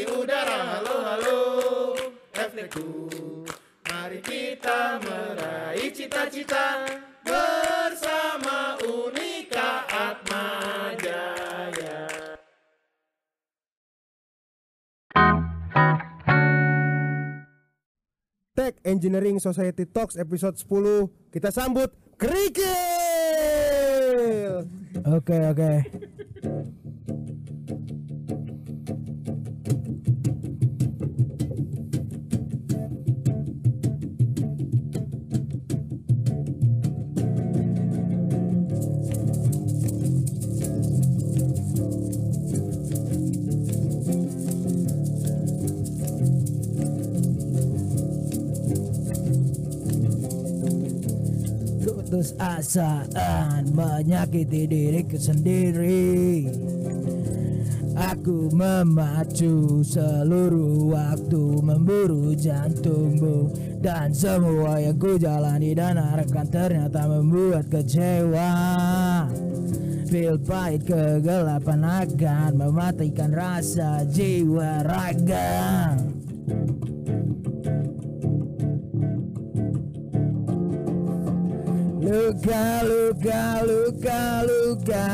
di udara. Halo halo FTku, mari kita meraih cita-cita bersama Unika Atma Jaya. Tech Engineering Society Talks episode 10. Kita sambut Kerikil. Oke. Putus asaan menyakiti diriku sendiri. Aku memacu seluruh waktu memburu jantungmu, dan semua yang ku jalani dan harapkan ternyata membuat kecewa. Pil pahit kegelapan akan mematikan rasa jiwa raga. Luka, luka, luka, luka.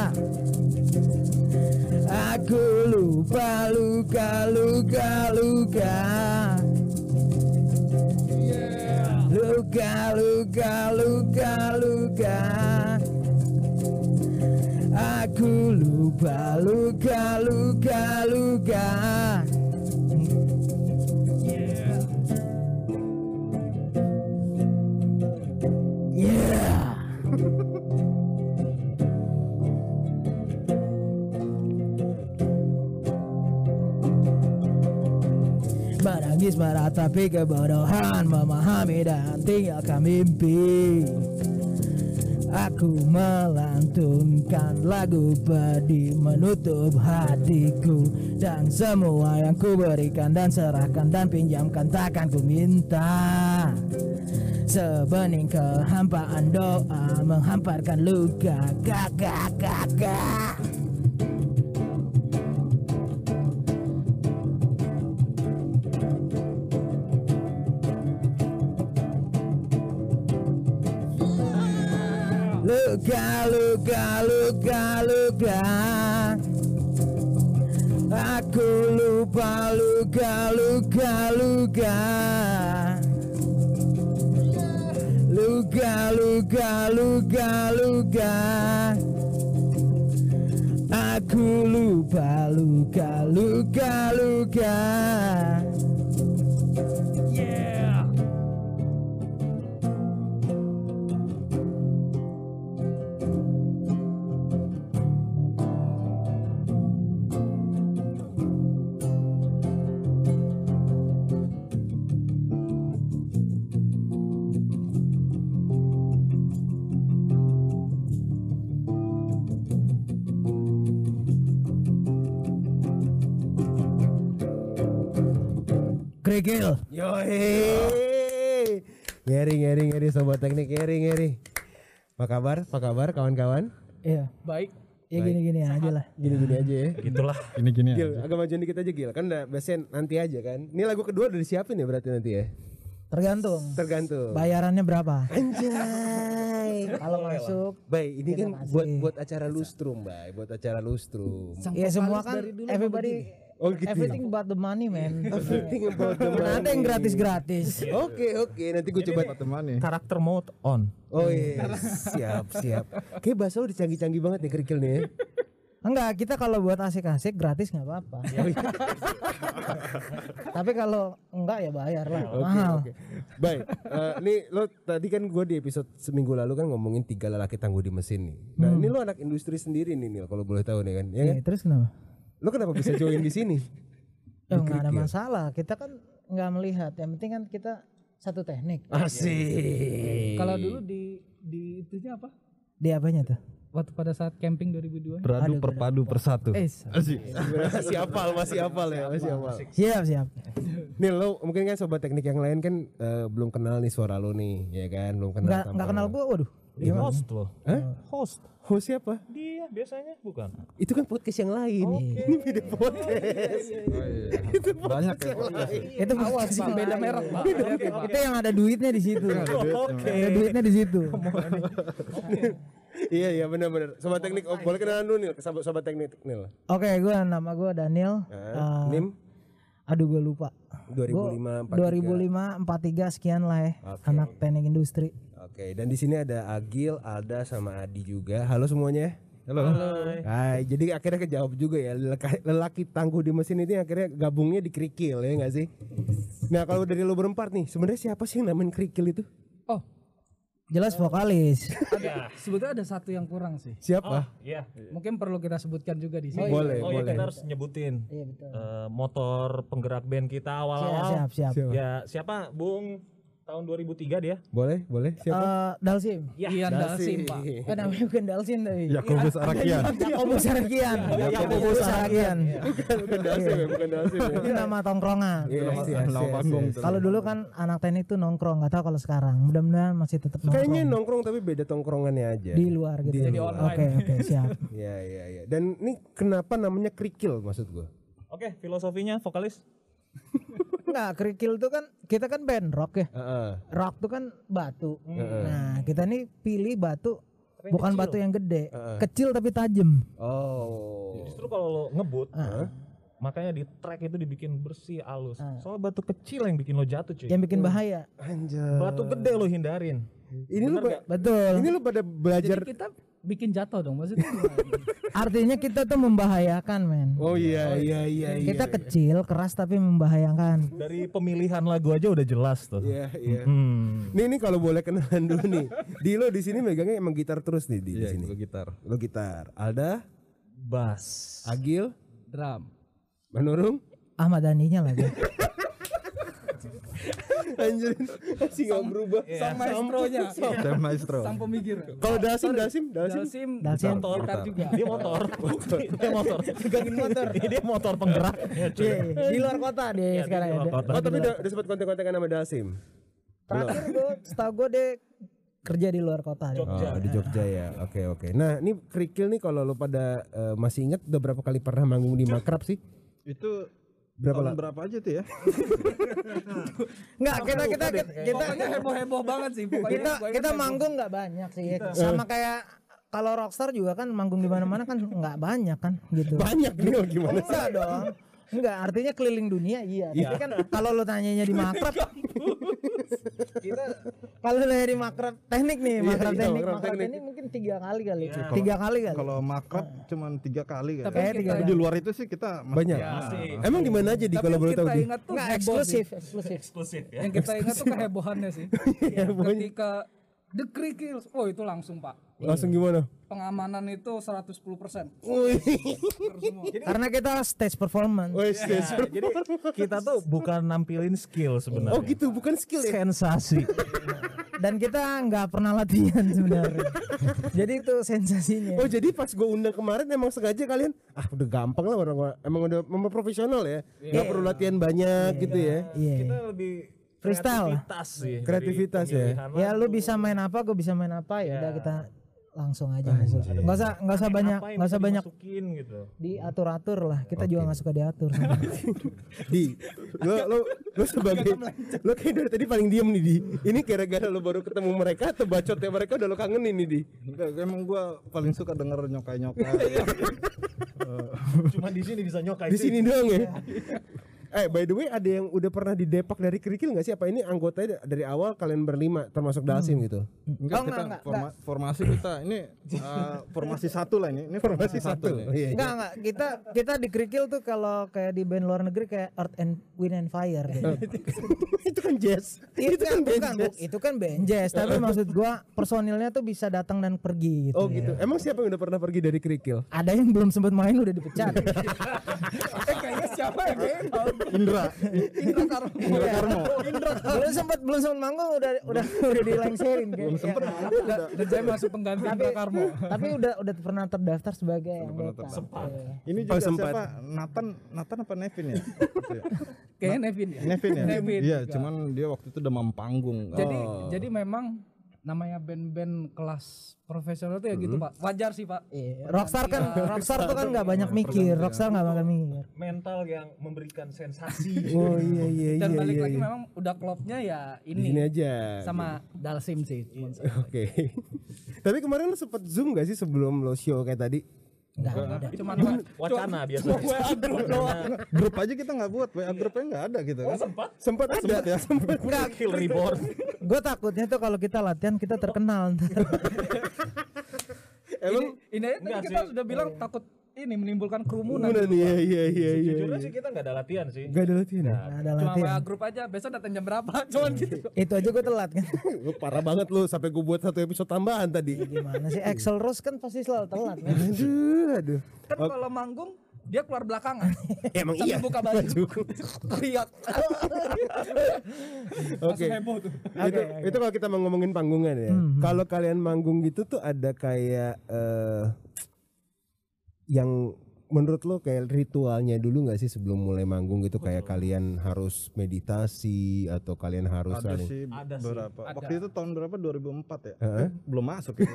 Aku lupa luka, luka, luka. Luka, luka, luka, luka. Aku lupa luka, luka, luka. Yeah. Menangis meratapi kebodohan, memahami dan tinggalkan mimpi. Aku melantunkan lagu pedih menutup hatiku, dan semua yang ku berikan dan serahkan dan pinjamkan takkan ku minta. Sebening kehampaan doa menghamparkan luka, kakak. Luka, luka, luka, luka. Aku lupa luka, luka, luka. Luka, luka, luka, luka. Aku lupa luka, luka, luka. Yeah. Kerikil. Yoi. Ngeri sobat teknik, ngeri. Apa kabar kawan-kawan? Iya. Baik. Ya gini-gini aja lah. Gini-gini aja ya. Gitulah. Gini-gini Gil, aja. agak majuan dikit aja Gil. Kan udah biasanya nanti aja kan. Ini lagu kedua udah disiapin ya berarti nanti ya? Tergantung. Bayarannya Bayarannya berapa? Anjay. Kalau masuk. Baik, ini Kita kan kasih. buat acara lustrum, Bay. Buat acara lustrum. Ya semua kan everybody Oh gitu. everything but the money man. Everything about the Nggak ada yang money. gratis-gratis. Oke, nanti gue coba. Teman nih. Karakter mode on. Oh iya, siap. Kayak bahasa lo dicanggih-canggih banget nih Kerikil nih ya. Enggak, kita kalau buat asik-asik gratis nggak apa-apa. Tapi kalau enggak ya bayar lah, mahal. Oke. Baik, nih lo tadi kan gue di episode seminggu lalu kan ngomongin 3 lelaki tangguh di mesin nih. Nah ini lo anak industri sendiri nih Nil, kalau boleh tahu nih kan, ya kan? Terus kenapa? Lo kenapa bisa join di sini? Ya nggak ada masalah. Kita kan nggak melihat. Yang penting kan kita satu teknik. Asik. Kalau dulu di itunya apa? Di apanya tuh? Waktu pada saat camping 2002. Beradu perpadu persatu. masih hafal ya. Siap. Nih lo mungkin kan sobat teknik yang lain kan belum kenal nih suara lo nih, ya kan? Belum kenal. Nggak kenal gua, waduh. Di host loh. Host siapa? Dia biasanya bukan. Itu kan podcast yang lain. Ini beda podcast. Itu banyak ya. Itu Awas Pak, beda merek Pak. itu yang ada duitnya di situ. Ada duitnya di situ. Iya benar. Sobat teknik, boleh kenalan dulu nih sobat teknik Nil. Oke, nama gue Daniel. Nim Aduh gue lupa. 2005 43 sekian lah ya. Anak teknik industri. Oke, dan di sini ada Agil, Alda sama Adi juga. Halo semuanya. Halo. Hai, jadi akhirnya kejawab juga ya, lelaki tangguh di mesin ini akhirnya gabungnya di Kerikil ya nggak sih? Nah kalau dari lo berempat nih, sebenarnya siapa sih yang namain Kerikil itu? Oh, Jelas vokalis. sebetulnya ada satu yang kurang sih. Siapa? Iya. Mungkin perlu kita sebutkan juga di sini. Boleh. Kita harus nyebutin Iya betul. motor penggerak band kita awal-awal. Siap. Ya siapa? Bung tahun 2003 dia. Boleh. Siapa? Dalsim. Ian Dalsim Pak. Namanya bukan Dalsim tapi. Yakobus Arakian. Yakobus Arakian. Yakobus Arakian. Bukan Dalsim ya. Itu nama tongkrongan. Nama panggung. Kalau dulu kan anak teknik tuh nongkrong, nggak tahu kalau sekarang. Mudah-mudahan masih tetap nongkrong. Kayaknya nongkrong tapi beda tongkrongannya aja. Di luar gitu. Di Oke, siap. Iya. Dan ini kenapa namanya Kerikil maksud gua? Oke, filosofinya vokalis. Enggak, kerikil tuh kan kita kan band rock ya. Heeh. Rock tuh kan batu. Nah, kita nih pilih batu bukan batu yang gede, kecil tapi tajam. Oh. Justru kalau lo ngebut, makanya di track itu dibikin bersih, halus. Soalnya batu kecil yang bikin lo jatuh cuy. Yang bikin bahaya. Anjay. Batu gede lo hindarin. Ini lu Betul. Ini lu pada belajar. Jadi kita bikin jatuh dong maksudnya. Artinya kita tuh membahayakan, men. Oh iya. Kita kecil, keras tapi membahayakan. Dari pemilihan lagu aja udah jelas tuh. Iya. Hmm. Nih kalau boleh kenalan dulu nih. Dilo di sini megangnya emang gitar terus nih di sini. gitar. Lo gitar. Alda, Bass. Agil, Drum. Manurung. Ahmad Dhaninya lagi. Anjir, masih nggak berubah. Sang maestronya. Dan maestro. Sang pemikir. Kalau Dalsim. Dalsim Motor. gitar juga. Dia motor. Dia motor. Pegangin motor. Dia motor penggerak. Di luar kota dia sekarang di luar ada. kota. Oh tapi udah sempat kontak-kontakan sama Dalsim. Terakhir gue, setahu gue dia kerja di luar kota. dia. Oh di Jogja ya. Oke. Nah ini Kerikil nih kalau lo pada masih ingat udah berapa kali pernah manggung di Makrab sih? Itu Berapa aja tuh ya? Enggak, kita Pokoknya heboh-heboh banget sih. Pokoknya kita manggung nggak banyak sih. Sama kayak kalau rockstar juga kan manggung di mana-mana kan nggak banyak kan gitu. Banyak nih gimana? Enggak dong. Enggak, artinya keliling dunia iya. Tapi kan kalau lo tanyanya di Makrab kita kalau lo di Makrab teknik nih, Makrab teknik mungkin 3 kali kali. 3 kali kali. Kalau makrab cuman 3 kali kan. Tapi Tapi di luar itu sih kita Banyak. Emang di mana aja di kalau boleh tahu di? ingat tuh Enggak heboh sih. eksklusif. Ya. Yang kita ingat tuh kehebohannya sih. Ketika The Kerikil, oh itu langsung Pak. Langsung gimana? Pengamanan itu 110%. Karena kita stage performance. Jadi kita tuh bukan nampilin skill sebenarnya. Oh gitu, bukan skill ya? Sensasi. Dan kita nggak pernah latihan sebenarnya. Jadi itu sensasinya. Oh jadi pas gue undang kemarin emang sengaja kalian udah gampang lah orang emang udah memang profesional ya, nggak perlu latihan banyak gitu ya. Iya. Kita lebih Freestyle. kreativitas sih. dari Kreativitas ya. pemilihan Ya lagu. lu bisa main apa, gue bisa main apa, ya udah kita langsung aja masuk. Nggak usah banyak, Apa yang nggak usah bisa banyak dimasukin gitu. diatur-atur lah. Kita juga nggak suka diatur. Di lo sebagai lo kayak dari tadi paling diem nih Di. Ini gara-gara lo baru ketemu mereka atau bacotnya mereka udah lo kangenin nih Di? Enggak, emang gua paling suka denger nyokai-nyokai. Cuma di sini bisa nyokai Di sih. sini doang ya. By the way ada yang udah pernah didepak dari Kerikil nggak sih? Apa ini anggotanya dari awal kalian berlima termasuk Dalsim gitu? Enggak, kita formasi kita ini formasi satu lah ini. Ini formasi satu. Iya. Enggak, kita di Kerikil tuh kalau kayak di band luar negeri kayak Earth and Wind and Fire gitu. Itu kan jazz. Itu kan itu kan band jazz, tapi maksud gua personilnya tuh bisa datang dan pergi gitu. Oh gitu. Emang siapa yang udah pernah pergi dari Kerikil? Ada yang belum sempat main udah dipecat. Kayaknya siapa ya? Indra Karmo. belum sempat manggung udah dilengserin kayak. Belum sempet. Dan saya masuk pengganti Indra Karmo. Tapi udah pernah terdaftar sebagai anggota. Ini juga sempat. siapa? Nathan apa Nevin ya? Kayaknya Nevin ya. Nevin ya? Nevin Iya, juga. cuman dia waktu itu demam panggung. Jadi memang namanya band-band kelas profesional tuh ya gitu Pak. Wajar sih Pak. Iya, Rockstar tuh kan nggak banyak mikir, Rockstar nggak banyak mikir. Mental yang memberikan sensasi. Oh iya. Dan balik lagi memang udah klopnya ya Di sini aja. sama Dalsim sih. Oke. Tapi kemarin lu sempet Zoom gak sih sebelum lo show kayak tadi? Enggak ada. Cuman Wacana biasanya. Grup aja kita nggak buat, WA grupnya nggak ada gitu kan. Sempat ada ya. Enggak, Kill Reborn. gue takutnya tuh kalau kita latihan kita terkenal ntar. Emang ini Enggak kita sih. sudah bilang takut ini menimbulkan kerumunan. iya. Sejujurnya sih kita nggak ada latihan sih. Gak ada latihan ya? Nggak ada Cuma latihan. WA grup aja, besok datang jam berapa? Cuman gitu. Itu aja gue telat kan. Lu parah banget lu sampai gue buat 1 episode tambahan tadi. Gimana sih Axel Rose kan pasti selalu telat kan. Aduh. Kan kalau manggung dia keluar belakangan. Emang Sambil iya. buka baju. Teriak. Oke. Itu kalau kita mau ngomongin panggungan ya. Kalau kalian manggung gitu tuh ada kayak yang menurut lo kayak ritualnya dulu nggak sih sebelum mulai manggung gitu, kayak kalian harus meditasi atau kalian harus Ada saling- sih berapa. Waktu itu tahun berapa? 2004 ya? Belum masuk ya.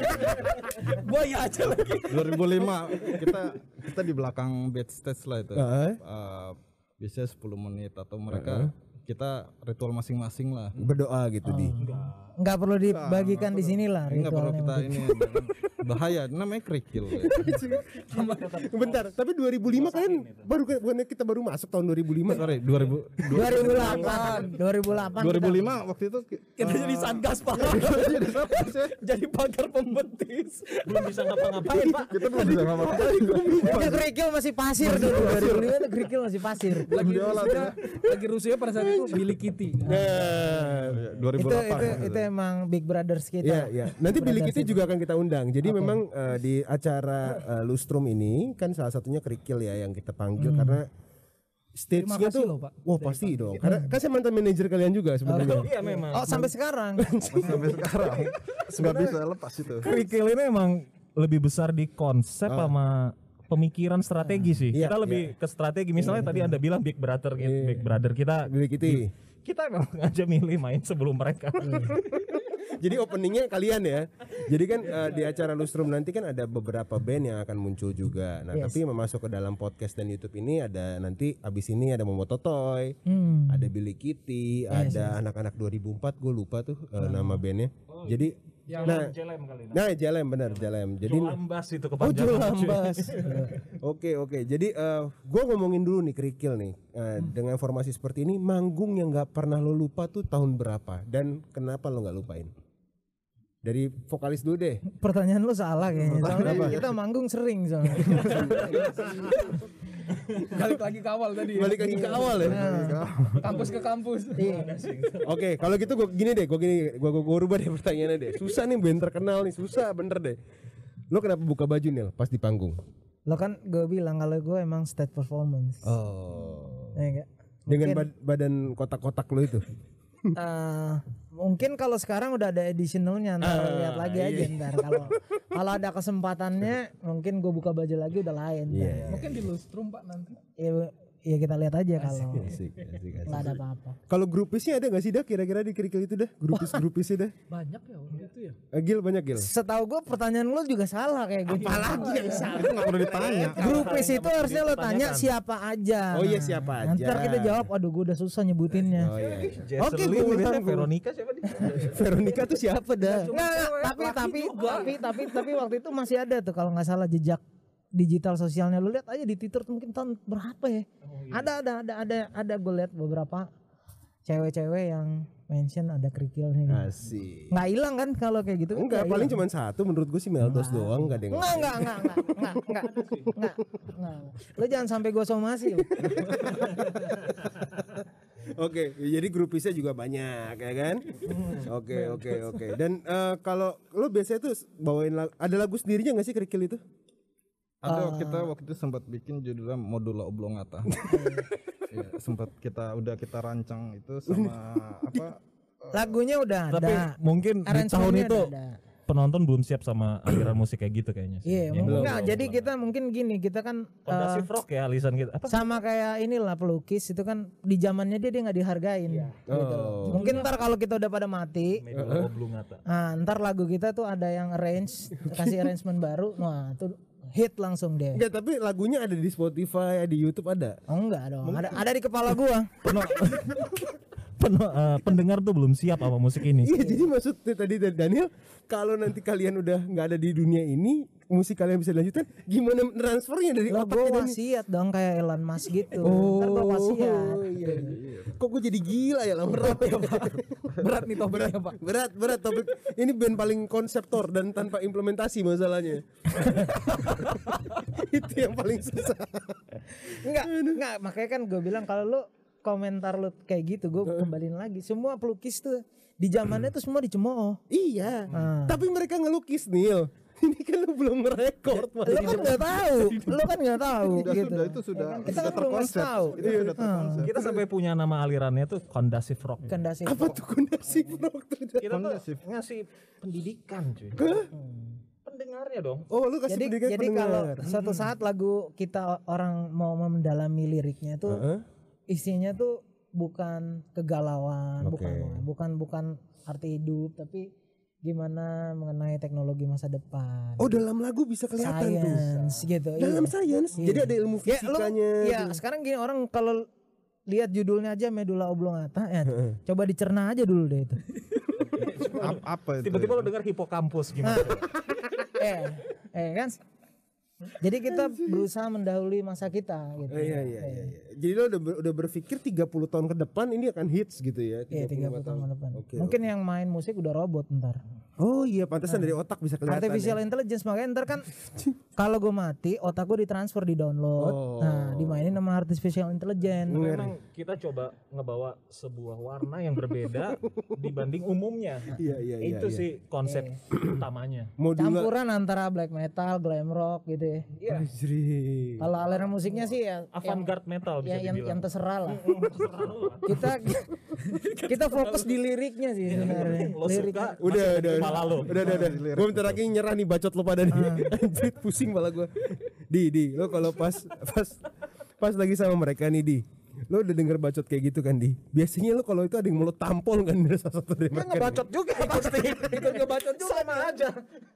Gua ya aja lagi. 2005 kita di belakang backstage lah itu. Heeh. Biasanya 10 menit atau mereka kita ritual masing-masing lah. berdoa gitu di. Nggak perlu dibagikan di sini lah Enggak perlu ritualnya. kita ini bahaya, namanya kerikil. Bentar, tapi 2005 kalian bukannya kita baru masuk tahun 2005. Sorry, 2008 2005 waktu itu Kita jadi satgas Pak. Jadi pagar pembetis. Belum bisa ngapa-ngapain Pak. kita belum bisa ngapa-ngapain. Itu kerikil masih pasir dulu. 2005 itu kerikil masih pasir. Lagi Rusia pada saat itu Billy Kitty. Nah, 2008. Itu emang Big Brothers Iya, kita. iya. Nanti Billy Kitty juga akan kita undang. Jadi memang di acara Lustrum ini kan salah satunya kerikil ya yang kita panggil karena stage-nya Terima kasih tuh loh, Pak. wah pasti dong. Karena kan saya mantan manajer kalian juga sebenarnya. Iya memang. Oh sampai sekarang. Sampai sekarang nggak bisa lepas itu. Kerikil ini emang lebih besar di konsep sama pemikiran strategi sih. Iya, Kita lebih ke strategi. Misalnya tadi Anda bilang Big Brother Big Brother kita Billy Kitty. kita emang aja milih main sebelum mereka. Jadi openingnya kalian ya. Jadi kan di acara Lustrum nanti kan ada beberapa band yang akan muncul juga. Nah, tapi yang masuk ke dalam podcast dan YouTube ini ada nanti abis ini ada Momo Totoy, ada Billy Kitty, ada anak-anak 2004 gue lupa tuh nama bandnya. Jadi Jelem kali. nah Jalem benar Jalem. Jadi Lambas itu Oh kepanjangan. Jolambas. Oke. Jadi gue ngomongin dulu nih kerikil nih. Dengan formasi seperti ini, manggung yang nggak pernah lo lupa tuh tahun berapa dan kenapa lo nggak lupain? Dari vokalis dulu deh. Pertanyaan lu salah kayaknya. Soalnya kita manggung sering soalnya. Balik lagi ke awal tadi. Balik lagi ke awal ya. Kampus ke kampus. Oke, kalau gitu gue gini deh, gue rubah deh pertanyaannya deh. Susah nih band terkenal nih, susah bener deh. Lo kenapa buka baju Nil pas di panggung? Lo kan gue bilang kalau gue emang stage performance. Oh. Ya enggak? Dengan badan kotak-kotak lo itu. Mungkin kalau sekarang udah ada additionalnya, ntar lihat lagi aja ntar. Kalau ada kesempatannya mungkin gue buka baju lagi udah lain. Mungkin di Lustrum Pak nanti. Ya kita lihat aja kalau Asik. nggak ada apa-apa. Kalau grupisnya ada gak sih dah kira-kira di kerikil itu dah? Grupisnya dah? Banyak ya waktu itu ya. Gil banyak Gil. Setahu gue pertanyaan lu juga salah kayak gue. Apalagi yang salah. Itu nggak perlu ditanya. Grupis itu harusnya lo tanya siapa aja. Oh iya siapa aja. Ntar kita jawab, aduh gue udah susah nyebutinnya. Oh iya. Oke, Jesselyn, gue biasanya bilang Veronica siapa dia? Veronica tuh siapa dah? Nggak, tapi waktu itu masih ada tuh kalau nggak salah jejak digital sosialnya. Lu lihat aja di Twitter tuh mungkin tahun berapa ya? Ada gue lihat beberapa cewek-cewek yang mention ada kerikilnya gitu. Asik. Nggak hilang kan kalau kayak gitu? Enggak, paling cuma satu menurut gue sih Meldos doang, enggak ada yang Enggak. Lu jangan sampai gue somasi. Oke, jadi grupisnya juga banyak ya kan? Oke. Dan kalau lo biasanya tuh bawain ada lagu sendirinya nggak sih kerikil itu? Ada kita waktu itu sempat bikin judulnya Modula Oblongata. Iya, sempat kita rancang itu sama apa? Lagunya udah Tapi ada. mungkin di tahun Arrangementnya itu ada. penonton belum siap sama aliran musik kayak gitu kayaknya sih. Iya, Yang enggak. Jadi kita mungkin gini, kita kan Progressive rock ya alisan kita. Apa? sama kayak inilah pelukis itu kan di zamannya dia nggak dihargain. Gitu. Mungkin ntar kalau kita udah pada mati, Medulla oblongata. nah, ntar lagu kita tuh ada yang kasih arrangement baru, nah itu hit langsung deh. Enggak, tapi lagunya ada di Spotify, di YouTube ada. Oh, enggak dong, ada di kepala gua. Pendengar tuh belum siap sama musik ini. Iya, jadi maksudnya tadi dari Daniel, kalau nanti kalian udah nggak ada di dunia ini, musik kalian bisa dilanjutkan, gimana transfernya dari Lah otaknya gua Daniel? wasiat dong kayak Elon Musk gitu. Ntar gua wasiat. Iya. Kok gue jadi gila ya lama berat ya, Pak. Berat nih topiknya Pak. Berat topik. Ini band paling konseptor dan tanpa implementasi masalahnya. Itu yang paling susah. Enggak, makanya kan gue bilang kalau lu komentar lu kayak gitu, gue kembaliin lagi. Semua pelukis tuh di zamannya tuh semua dicemooh. Iya. Tapi mereka ngelukis, Nil. Ini kan lu belum merekord. Lu kan nggak tahu, gitu. Itu sudah Kita kan belum ngasih tahu. Itu sudah terkonsep. Kita sampai punya nama alirannya tuh Condasive Rock. Kandasih. Apa tuh kondisi rock terjadi? Kita tuh ngasih pendidikan cuy. Pendengarnya dong. Oh, lu kasih pendidikan Jadi kalau pendengar. suatu saat lagu kita orang mau mendalami liriknya tuh isinya tuh bukan kegalauan, bukan arti hidup, tapi gimana mengenai teknologi masa depan. Oh, dalam lagu bisa kelihatan tuh. Science gitu. Dalam iya. sains. Iya. Jadi ada ilmu fisikanya. Iya, sekarang gini orang kalau lihat judulnya aja Medulla oblongata ya, coba dicerna aja dulu deh itu. Apa itu? Tiba-tiba lo dengar hipokampus gimana? Kan? Jadi kita berusaha mendahului masa kita gitu. Iya. Jadi lo udah berpikir 30 tahun ke depan ini akan hits gitu ya. Iya, 30 tahun ke depan. Oke, Mungkin yang main musik udah robot ntar. Oh iya, pantesan dari otak bisa kelihatan. Artificial ya. intelligence, makanya ntar kan kalau gue mati otak gue ditransfer, di download, nah dimainin sama artificial intelligence. Memang kita coba ngebawa sebuah warna yang berbeda dibanding umumnya. Iya. Itu sih konsep utamanya. Campuran antara black metal, glam rock gitu ya. Iya. Kalau aliran musiknya sih ya Avant-garde metal bisa yang dibilang. terserah lah. kita fokus di liriknya sih sebenarnya. Lo suka Udah. kepala lo. Udah. Gue bentar lagi nyerah nih bacot lo pada nih. Anjir, pusing malah gue. Di lo kalau pas lagi sama mereka nih, Di. Lo udah denger bacot kayak gitu kan, Di? Biasanya lo kalau itu ada yang mau lo tampol kan dari salah satu dari mereka. Ngebacot juga pasti. Ikut ngebacot juga sama aja.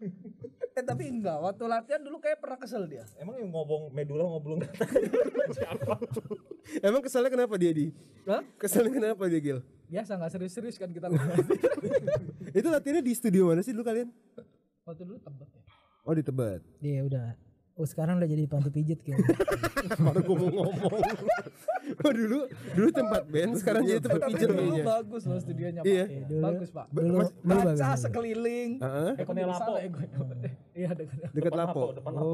Tapi enggak, waktu latihan dulu kayak pernah kesel dia. Emang yang ngomong Medulla ngobrol siapa? Emang keselnya kenapa dia, Di? Hah? Keselnya kenapa dia, Gil? Biasa enggak serius-serius kan kita. Itu latihannya di studio mana sih dulu kalian? Waktu dulu Tebet ya. Oh, di Tebet. Iya udah. Oh sekarang udah jadi panti pijit kayaknya. Baru gue mau ngomong. Oh, dulu tempat band, sekarang jadi tempat Tapi pijet dulu kayaknya. bagus loh studionya Pak. Iya. Bagus Pak. Dulu Kaca sekeliling. Ekonnya Lapo. Iya dekat. Dekat Lapo. Depan Lapo.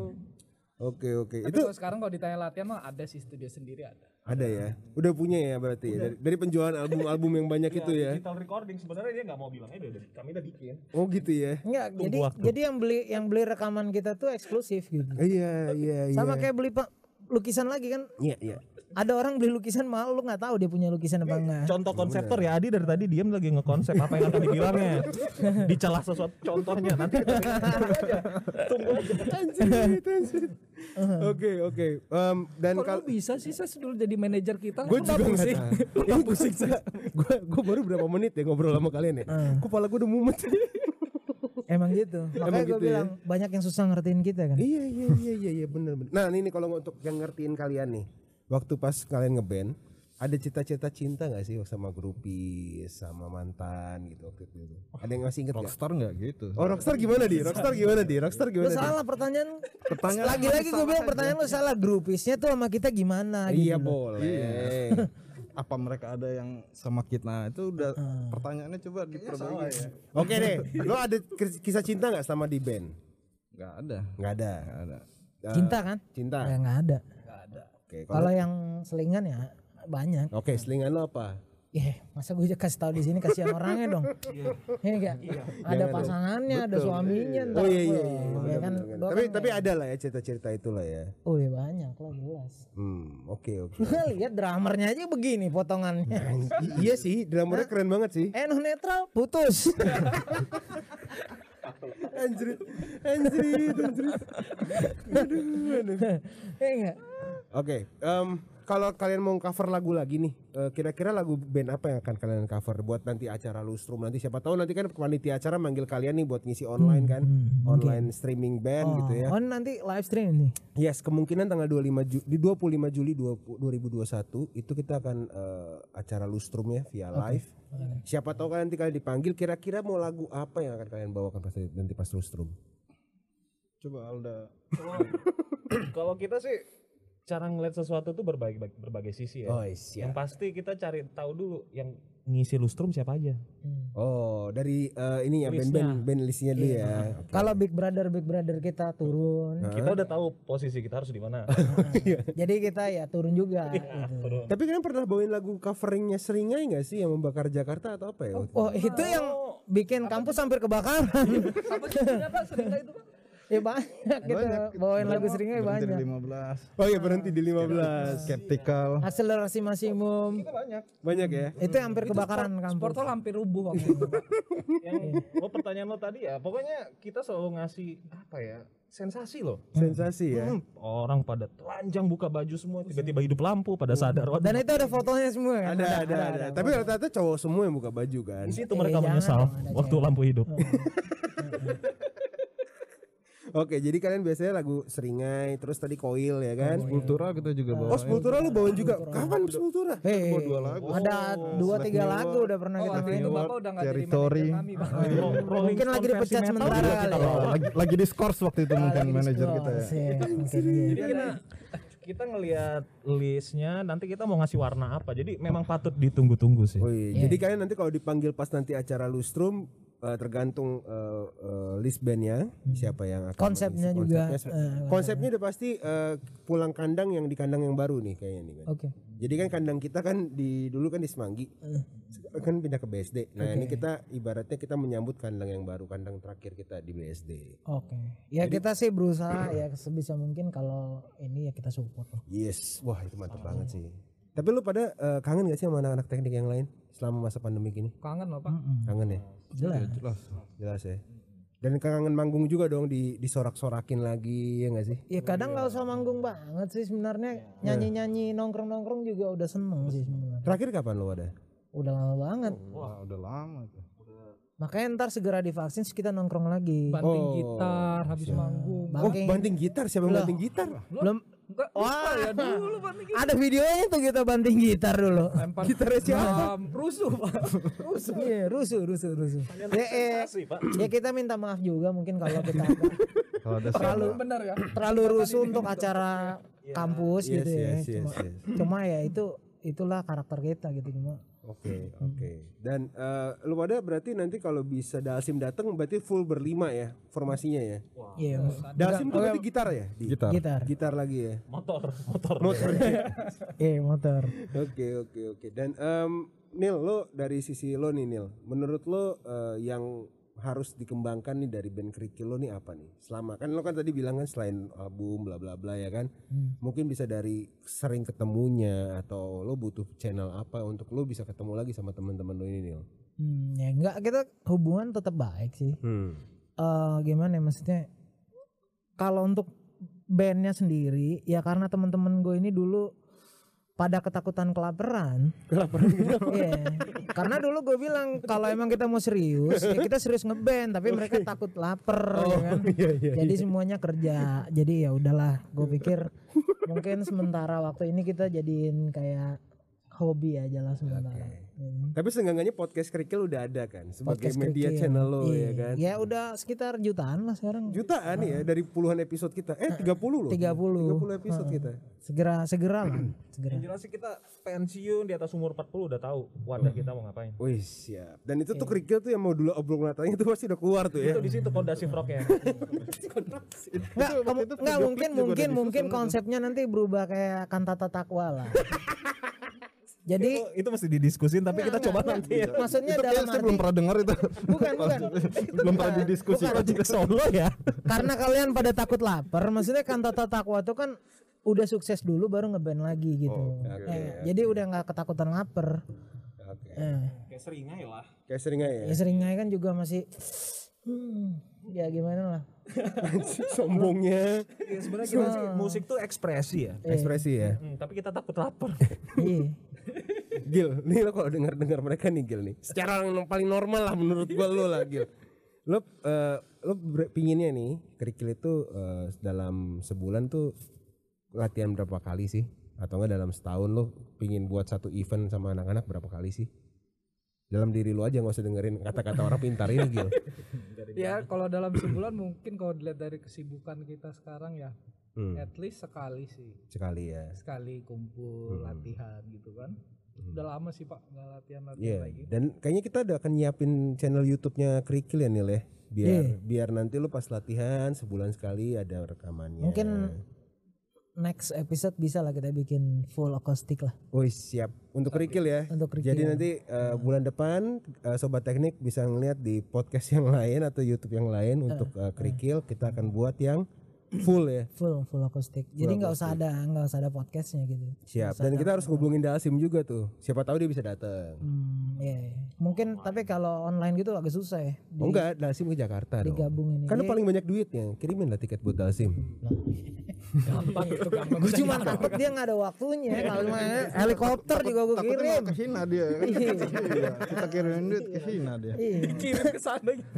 Oke. Tapi Itu kalau sekarang kalau ditanya latihan mah ada sih, studio sendiri ada. ada ya. Udah punya ya berarti ya. Dari penjualan album-album yang banyak itu ya. Digital recording sebenarnya dia nggak mau bilangnya kami udah bikin. Oh gitu ya. enggak, jadi yang beli rekaman kita tuh eksklusif gitu. Iya. Sama kayak beli lukisan lagi kan. Iya. Ada orang beli lukisan mahal, lu nggak tahu dia punya lukisan apa enggak. Contoh konseptor ya Adi dari tadi diam lagi ngekonsep apa yang akan dibilangnya. Dicelah sesuatu contohnya nanti. Tunggu aja. Anjir. Oke. Dan Kalau bisa sih saya dulu jadi manajer kita. gue juga nggak tahu. Ini pusing sih. Gue baru berapa menit ya ngobrol sama kalian ya. Kepala gue udah mumet. Emang gitu. Makanya gue gitu ya? bilang banyak yang susah ngertiin kita kan. Iya bener. Nah ini kalau untuk yang ngertiin kalian nih, waktu pas kalian ngeband, ada cita-cita cinta nggak sih sama grupis, sama mantan gitu waktu itu? Ada yang masih inget nggak? Rockstar nggak gitu. Oh Rockstar gimana di? Rockstar gimana di? Lu salah pertanyaan. Lagi-lagi gue bilang pertanyaan lu salah. Grupisnya tuh sama kita gimana gitu. Iya boleh. Apa mereka ada yang sama kita? Itu udah pertanyaannya coba diperbaiki. Oke deh, lo ada kisah cinta nggak sama di band? Nggak ada. Nggak ada. Cinta kan? Cinta. Ya nggak ada. Oke. Kalau yang selingan ya banyak. Oke, selingan lo apa? Masa gue kasih tahu di sini, kasihan orangnya dong. Iya enggak? Ada pasangannya, ada suaminya. Oh iya. Ya kan, gua Tapi ada lah ya cerita-cerita itulah ya. Oh iya banyak lah jelas. Oke. Lihat dramernya aja begini potongannya. Iya sih, drummernya keren banget sih. Netral putus. Anjrit. Aduh. Enggak. Oke, kalau kalian mau cover lagu lagi nih, kira-kira lagu band apa yang akan kalian cover buat nanti acara Lustrum nanti, siapa tahu nanti kan panitia acara manggil kalian nih buat ngisi online kan, online streaming band gitu ya. Oh, nanti live stream nih. Yes, kemungkinan tanggal 25 Juli 2021 itu kita akan acara Lustrum ya via live. Siapa tahu kan nanti kalian dipanggil, kira-kira mau lagu apa yang akan kalian bawakan nanti pas Lustrum? Coba Alda. Kalau kita sih cara ngeliat sesuatu tuh berbagai sisi ya. Oh, siap. Yang pasti kita cari tahu dulu yang ngisi Lustrum siapa aja. Oh, dari ini ya Listnya. band listnya dulu ya. Oke. Kalau Big Brother kita turun. Kita udah tahu posisi kita harus di mana. Jadi kita ya turun juga. gitu. Tapi kalian pernah bawain lagu coveringnya Seringai nggak sih yang membakar Jakarta atau apa ya? Oh, itu yang bikin kampus hampir kebakaran. Apa judulnya Pak? Seringai itu Pak? Ya banyak kita bawain lagu Seringai Berhenti di banyak. 15. Oh iya, berhenti di 15. Skeptical. Akselerasi maksimum. Banyak ya. Itu hampir kebakaran kampus. Sportol hampir rubuh waktu itu Pak. Yang pertanyaan lo tadi ya, pokoknya kita selalu ngasih apa ya? Sensasi loh. Sensasi ya. Orang pada telanjang buka baju semua, tiba-tiba hidup lampu pada sadar. Waduh, Dan itu ada fotonya semua kan? Ada. Tapi rata-rata cowok semua yang buka baju kan. di situ mereka jangan menyesal dong, ada waktu cewek. lampu hidup. Oke, jadi kalian biasanya lagu Seringai, terus tadi Koil ya kan? Kultura kita juga bawa. Oh, Sepultura lu bawain juga. Kapan Sepultura? Hei, Dua lagu. ada 2-3 lagu udah pernah Oh, kita waktu main. itu Bapak udah nggak jadi Territory. manajer kami Pak. Mungkin lagi dipecat sementara kali. Lagi di Scores waktu itu mungkin manajer kita ya. Jadi kita ngelihat listnya, nanti kita mau ngasih warna apa. Jadi memang patut ditunggu-tunggu sih. Oh iya. Jadi kalian nanti kalau dipanggil pas nanti acara Lustrum tergantung list bandnya siapa yang akan Konsepnya mengisi juga, konsepnya udah pasti pulang kandang yang di kandang yang baru nih kayaknya nih kan. Oke. Jadi kan kandang kita kan dulu kan di Semanggi kan pindah ke BSD. Nah ini kita ibaratnya kita menyambut kandang yang baru, kandang terakhir kita di BSD. Oke. Ya kita sih berusaha ya sebisa mungkin kalau ini ya kita support loh. Yes, wah itu mantap banget sih. Tapi lu pada kangen gak sih sama anak-anak teknik yang lain selama masa pandemi ini? Kangen loh Pak. Kangen ya? Jelas ya. Dan kangen manggung juga dong disorak-sorakin lagi ya nggak sih? Ya kadang nggak usah manggung banget sih sebenarnya, nyanyi-nyanyi nongkrong-nongkrong juga udah seneng sih sebenarnya. Terakhir kapan lo ada? Udah lama banget. Wah, udah lama tuh. Makanya ntar segera divaksin kita nongkrong lagi. Banting gitar habis manggung. Banting gitar, siapa yang banting gitar? Belum. Enggak, Wah, ya dulu banting gitar. ada videonya tuh kita banting gitar dulu. Lempar Gitarnya siapa? Rusuh Pak. Iya, rusuh. Ya kita minta maaf juga mungkin kalau kita agak Kalau ada Benar ya. terlalu rusuh untuk acara kampus gitu ya. yes. Cuma ya itulah karakter kita gitu cuma. Oke. Dan lu pada berarti nanti kalau bisa Dalsim datang berarti full berlima ya formasinya ya. Iya. Dalsim tuh berarti gitar ya? gitar. Gitar. Lagi ya. Motor. Iya, motor. Oke. Dan Nil, lo dari sisi lo nih Nil, menurut lo yang harus dikembangkan nih dari band Kerikil lo nih apa nih? Selama kan lo kan tadi bilang kan selain album bla bla bla ya kan, mungkin bisa dari sering ketemunya atau lo butuh channel apa untuk lo bisa ketemu lagi sama teman-teman lo ini Nil? Ya enggak, kita hubungan tetap baik sih. Gimana ya maksudnya? Kalau untuk bandnya sendiri ya karena teman-teman gue ini dulu pada ketakutan kelaparan. Iya. Karena dulu gue bilang kalau emang kita mau serius, ya kita serius ngeband, tapi mereka takut lapar, ya kan. Jadi semuanya kerja. Jadi ya udahlah, gue pikir mungkin sementara waktu ini kita jadiin kayak hobi aja lah sementara. Tapi seenggaknya podcast Kerikil udah ada kan sebagai Podcast media Kerikil. channel lo Iya. ya kan. Ya udah sekitar jutaan lah sekarang. Jutaan ya dari puluhan episode kita. 30 loh. 30. 30 episode kita. Segera lah. Yang jelas sih kita pensiun di atas umur 40 udah tahu wadah kita mau ngapain. Wih siap. Dan itu tuh Kerikil tuh yang mau dulu obrol natanya itu pasti udah keluar tuh ya. Itu di situ pondasi frognya. Enggak mungkin konsepnya nanti berubah kayak kantata takwa lah. Jadi itu mesti didiskusin tapi kita coba nanti ya. maksudnya Itu dalam kayaknya saya belum pernah dengar itu. bukan. Belum pernah didiskusikan. Project solo ya. Karena kalian pada takut lapar, maksudnya kantata takwa itu kan udah sukses dulu baru ngeband lagi gitu. Jadi udah nggak ketakutan lapar. Oke. Kayak Seringai lah. Kayak Seringai ya. Ya Seringai kan juga masih ya gimana lah. Sombongnya. Ya, sebenarnya kita sih musik tuh ekspresi ya. Ekspresi ya. Tapi kita takut lapar. Iya. Gil, nih lo kalau dengar mereka nih Gil nih. Secara yang paling normal lah menurut gua lo lah Gil. Lo pinginnya nih kerikil itu dalam sebulan tuh latihan berapa kali sih? Atau enggak dalam setahun lo pingin buat satu event sama anak-anak berapa kali sih? Dalam diri lo aja, nggak usah dengerin kata-kata orang pintar ini Gil. Ya kalau dalam sebulan mungkin kalau dilihat dari kesibukan kita sekarang ya at least sekali sih. Sekali ya. Sekali kumpul latihan gitu kan. Udah lama sih Pak nggak latihan-latihan Iya. lagi. Dan kayaknya kita udah akan nyiapin channel YouTube-nya Kerikil ya Nil ya. Biar nanti lo pas latihan sebulan sekali ada rekamannya. Mungkin next episode bisa lah kita bikin full akustik lah. Oh siap untuk Kerikil ya. Untuk Kerikil. Jadi nanti bulan depan Sobat Teknik bisa ngeliat di podcast yang lain atau YouTube yang lain untuk Kerikil kita akan buat yang full ya. Full akustik. Jadi nggak usah ada podcastnya gitu. Siap. Dan kita harus hubungin Dalsim juga tuh. Siapa tahu dia bisa datang. Iya. Mungkin tapi kalau online gitu agak susah ya. Oh enggak, Dalsim ke Jakarta dong. Digabungin. Karena paling banyak duitnya. Kirimin lah tiket buat Dalsim. Gampang itu gampang. Gue cuma takut dia nggak ada waktunya. Kalau main helikopter juga gue Takutnya kirim. mau ke Cina dia kan. Iya, kita kirimin duit ke Cina dia. Kirim ke sana gitu.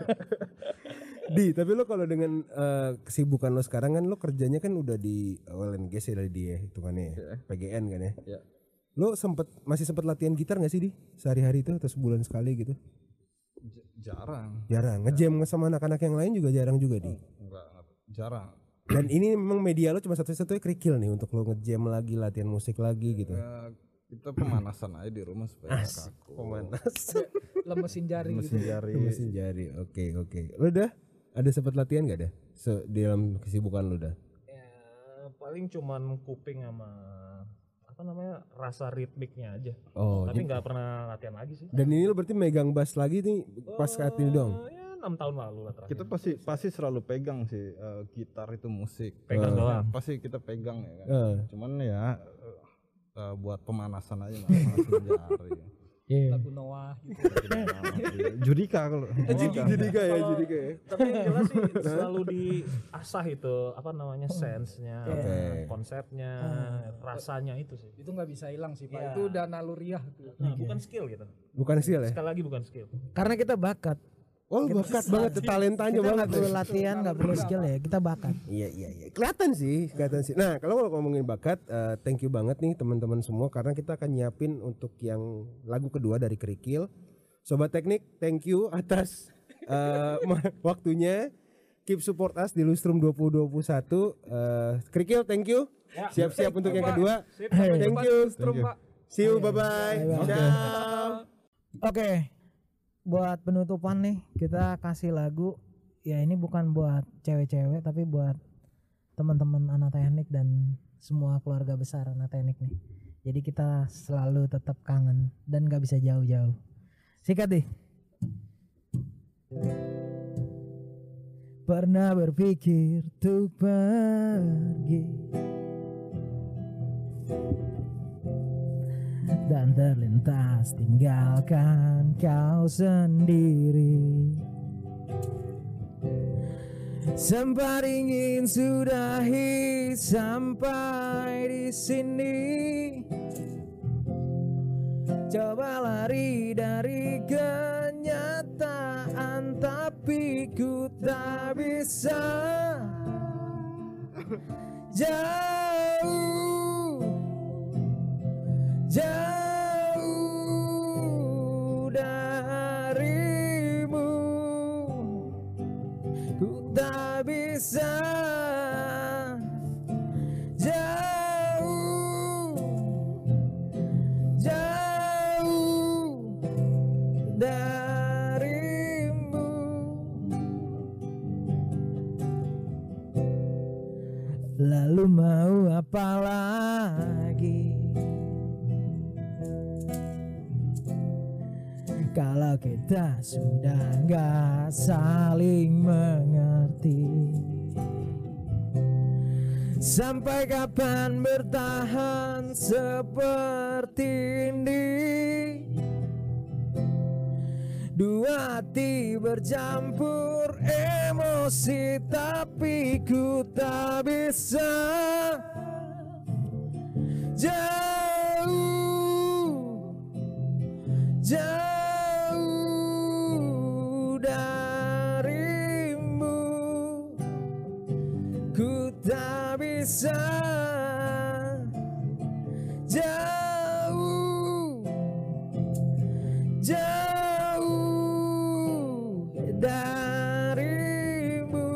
Di, tapi lo kalau dengan kesibukan lo sekarang kan lo kerjanya kan udah di oil and gas ya dari dia hitungannya ya. PGN kan ya. Iya. Lo masih sempet latihan gitar gak sih di sehari-hari itu atau sebulan sekali gitu? Jarang. Jarang. Ngejam sama anak-anak yang lain juga jarang juga di. Enggak, jarang. Dan ini memang media lo cuma satu-satunya Kerikil nih untuk lo ngejam lagi, latihan musik lagi gitu. Ya, kita pemanasan aja di rumah supaya nggak kaku. Pemanasan. Lemesin jari gitu. Mesin jari. Mesin jari. Oke. Lo udah ada sempat latihan gak dah? Di dalam kesibukan lo dah? Ya, paling cuman kuping sama apa namanya rasa ritmiknya aja. Oh, Tapi nggak pernah latihan lagi sih. dan ini lo berarti megang bass lagi nih pas saat ini dong? Ya 6 tahun lalu lah terakhir. Kita pasti selalu pegang sih gitar itu musik. Pegang doang. Pasti kita pegang ya kan. Cuman ya buat pemanasan aja manasin jari. Lagu Noah gitu. Judika kalau. Judika ya. Tapi yang jelas sih selalu diasah itu apa namanya sense-nya, konsepnya, rasanya itu sih. Itu nggak bisa hilang sih Pak. Iya. Itu udah naluriah tuh. Nah, bukan skill gitu. Bukan skill ya? Sekali lagi bukan skill. Karena kita bakat. Oh bakat banget, talentanya Kita banget. nggak perlu latihan, nggak perlu skill ya. Kita bakat. Iya. Kelihatan sih. Nah kalau ngomongin bakat, thank you banget nih teman-teman semua karena kita akan nyiapin untuk yang lagu kedua dari Kerikil. Sobat Teknik, thank you atas waktunya. Keep support us di Lustrum 2021. Kerikil, thank you. Siap-siap untuk yang kedua. Thank you. See you, bye-bye. Ciao. Oke. Buat penutupan nih kita kasih lagu. Ya ini bukan buat cewek-cewek tapi buat teman-teman anak teknik dan semua keluarga besar anak teknik nih. Jadi kita selalu tetap kangen dan gak bisa jauh-jauh. Sikat deh. Pernah berpikir untuk pergi dan terlintas tinggalkan kau sendiri. Sempat ingin sudahi sampai di sini. Coba lari dari kenyataan tapi ku tak bisa. Jauh darimu ku tak bisa. Jauh darimu. Lalu mau apa lagi? Kalau kita sudah gak saling mengerti. Sampai kapan bertahan seperti ini? Dua hati bercampur emosi, tapi ku tak bisa jauh darimu. Ku tak bisa jauh darimu.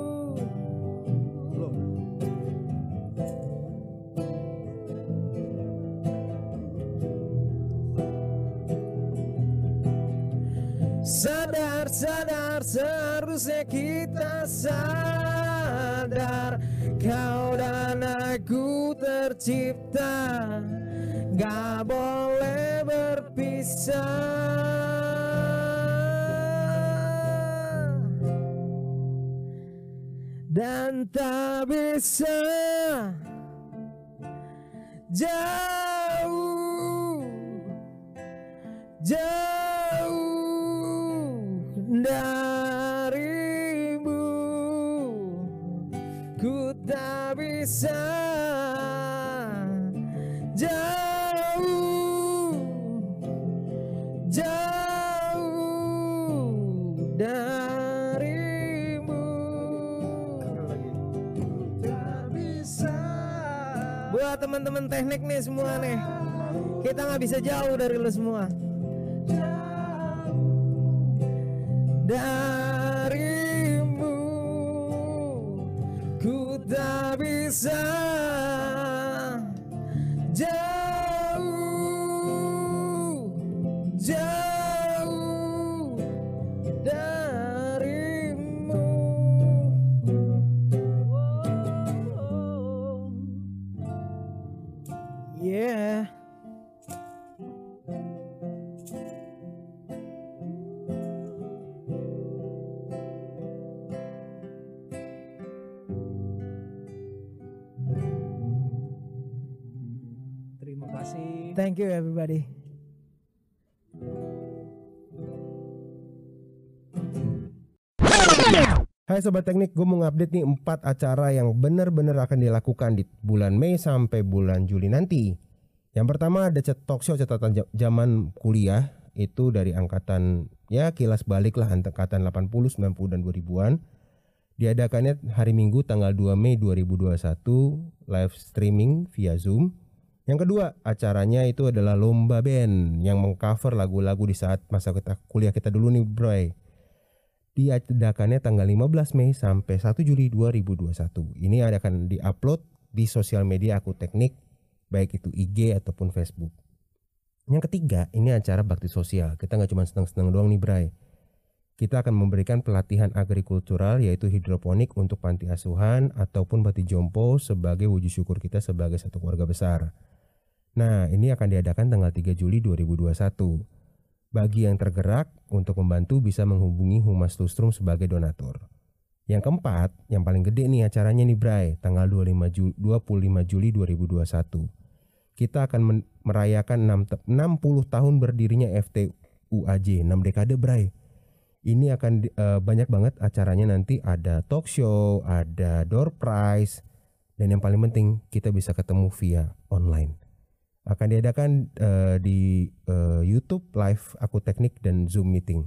Sadar, seharusnya kita sadar, kau dan aku tercipta, gak boleh berpisah. Dan tak bisa jauh darimu. Ku tak bisa jauh darimu. Tak bisa. Buat teman-teman teknik nih semua nih, kita nggak bisa jauh dari lu semua. Darimu ku tak bisa jauh darimu. Yeah. Terima kasih. Thank you everybody. Hai Sobat Teknik, gue mau ngupdate nih 4 acara yang benar-benar akan dilakukan di bulan Mei sampai bulan Juli nanti. Yang pertama ada talk show catatan zaman kuliah, itu dari angkatan ya kilas balik lah, angkatan 80, 90 dan 2000-an. Diadakannya hari Minggu tanggal 2 Mei 2021, live streaming via Zoom. Yang kedua, acaranya itu adalah lomba band yang mengcover lagu-lagu di saat masa kuliah kita dulu nih, bro. Diadakannya tanggal 15 Mei sampai 1 Juli 2021. Ini akan diupload di sosial media Aku Teknik, baik itu IG ataupun Facebook. Yang ketiga, ini acara bakti sosial. Kita nggak cuma seneng-seneng doang nih, Bray. Kita akan memberikan pelatihan agrikultural, yaitu hidroponik untuk panti asuhan ataupun panti jompo sebagai wujud syukur kita sebagai satu keluarga besar. Nah, ini akan diadakan tanggal 3 Juli 2021. Bagi yang tergerak untuk membantu bisa menghubungi Humas Lustrum sebagai donatur. Yang keempat, yang paling gede nih acaranya nih, Bray, tanggal 25 Juli 2021. Kita akan merayakan 60 tahun berdirinya FTUAJ, 6 dekade, Bray. Ini akan banyak banget acaranya, nanti ada talk show, ada door prize, dan yang paling penting kita bisa ketemu via online. Akan diadakan di YouTube live Aku Teknik dan Zoom meeting.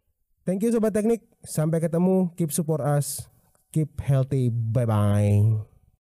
Thank you Sobat Teknik, sampai ketemu, keep support us, keep healthy, bye bye.